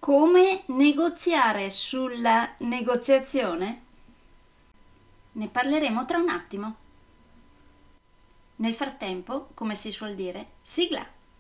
Come negoziare sulla negoziazione? Ne parleremo tra un attimo. Nel frattempo, come si suol dire, sigla!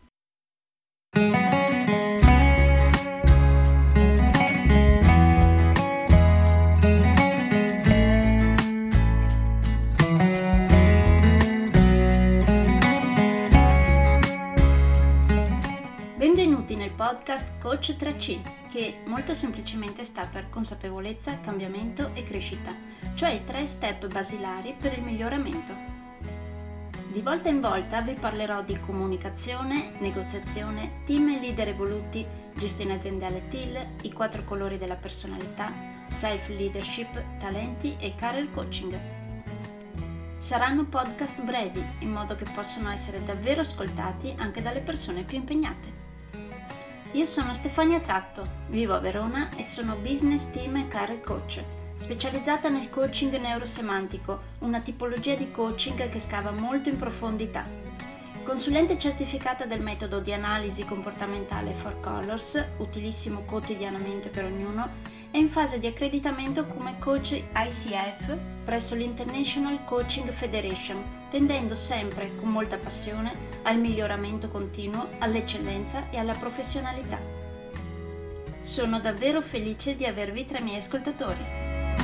Benvenuti nel podcast Coach 3C, che molto semplicemente sta per consapevolezza, cambiamento e crescita, cioè i 3 step basilari per il miglioramento. Di volta in volta vi parlerò di comunicazione, negoziazione, team e leader evoluti, gestione aziendale TIL, i 4 colori della personalità, self-leadership, talenti e career coaching. Saranno podcast brevi, in modo che possano essere davvero ascoltati anche dalle persone più impegnate. Io sono Stefania Tratto, vivo a Verona e sono business team e career coach, specializzata nel coaching neurosemantico, una tipologia di coaching che scava molto in profondità. Consulente certificata del metodo di analisi comportamentale 4 Colors, utilissimo quotidianamente per ognuno, e in fase di accreditamento come coach ICF presso l'International Coaching Federation, tendendo sempre con molta passione al miglioramento continuo, all'eccellenza e alla professionalità. Sono davvero felice di avervi tra i miei ascoltatori.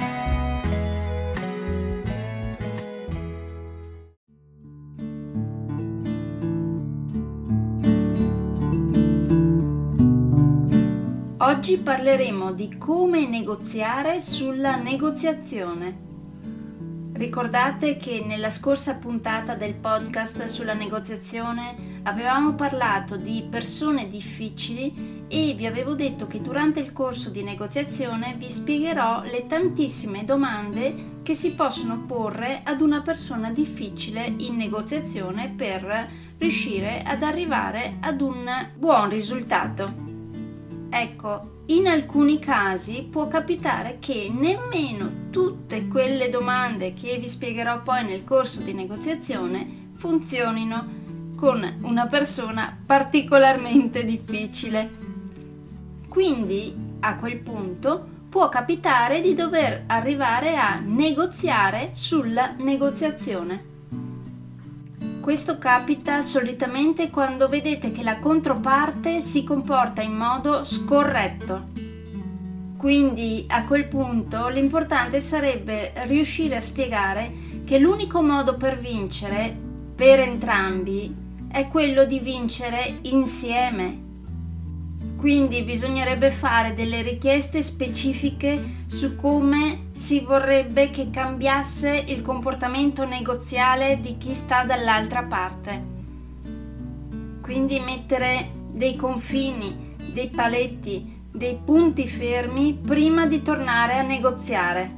Oggi parleremo di come negoziare sulla negoziazione. Ricordate che nella scorsa puntata del podcast sulla negoziazione avevamo parlato di persone difficili e vi avevo detto che durante il corso di negoziazione vi spiegherò le tantissime domande che si possono porre ad una persona difficile in negoziazione per riuscire ad arrivare ad un buon risultato. Ecco, in alcuni casi può capitare che nemmeno tutte quelle domande che vi spiegherò poi nel corso di negoziazione funzionino con una persona particolarmente difficile. Quindi, a quel punto, può capitare di dover arrivare a negoziare sulla negoziazione. Questo capita solitamente quando vedete che la controparte si comporta in modo scorretto. Quindi a quel punto l'importante sarebbe riuscire a spiegare che l'unico modo per vincere per entrambi è quello di vincere insieme. Quindi bisognerebbe fare delle richieste specifiche su come si vorrebbe che cambiasse il comportamento negoziale di chi sta dall'altra parte. Quindi mettere dei confini, dei paletti, dei punti fermi prima di tornare a negoziare.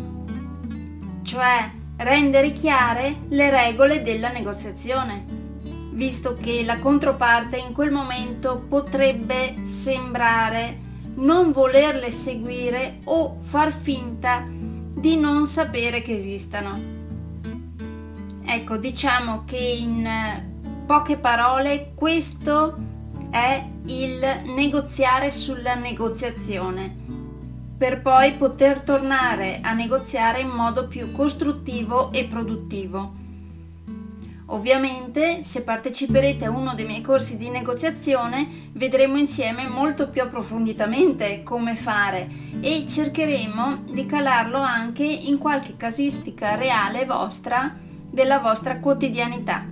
Cioè rendere chiare le regole della negoziazione, visto che la controparte in quel momento potrebbe sembrare non volerle seguire o far finta di non sapere che esistano. Ecco, diciamo che in poche parole questo è il negoziare sulla negoziazione, per poi poter tornare a negoziare in modo più costruttivo e produttivo. Ovviamente, se parteciperete a uno dei miei corsi di negoziazione, vedremo insieme molto più approfonditamente come fare e cercheremo di calarlo anche in qualche casistica reale vostra, della vostra quotidianità.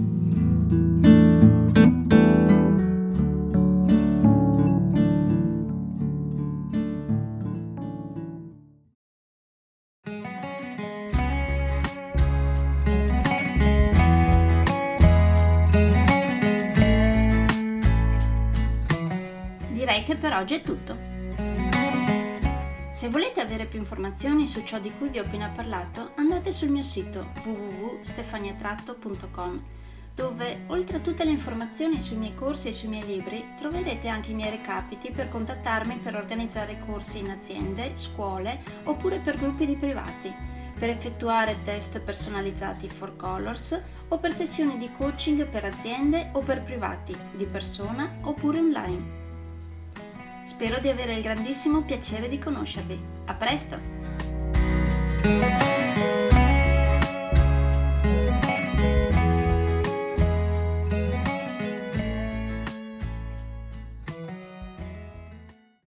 Direi che per oggi è tutto. Se volete avere più informazioni su ciò di cui vi ho appena parlato, andate sul mio sito www.stefaniatratto.com, dove oltre a tutte le informazioni sui miei corsi e sui miei libri troverete anche i miei recapiti per contattarmi per organizzare corsi in aziende, scuole oppure per gruppi di privati, per effettuare test personalizzati 4 Colors o per sessioni di coaching per aziende o per privati, di persona oppure online. Spero di avere il grandissimo piacere di conoscervi. A presto!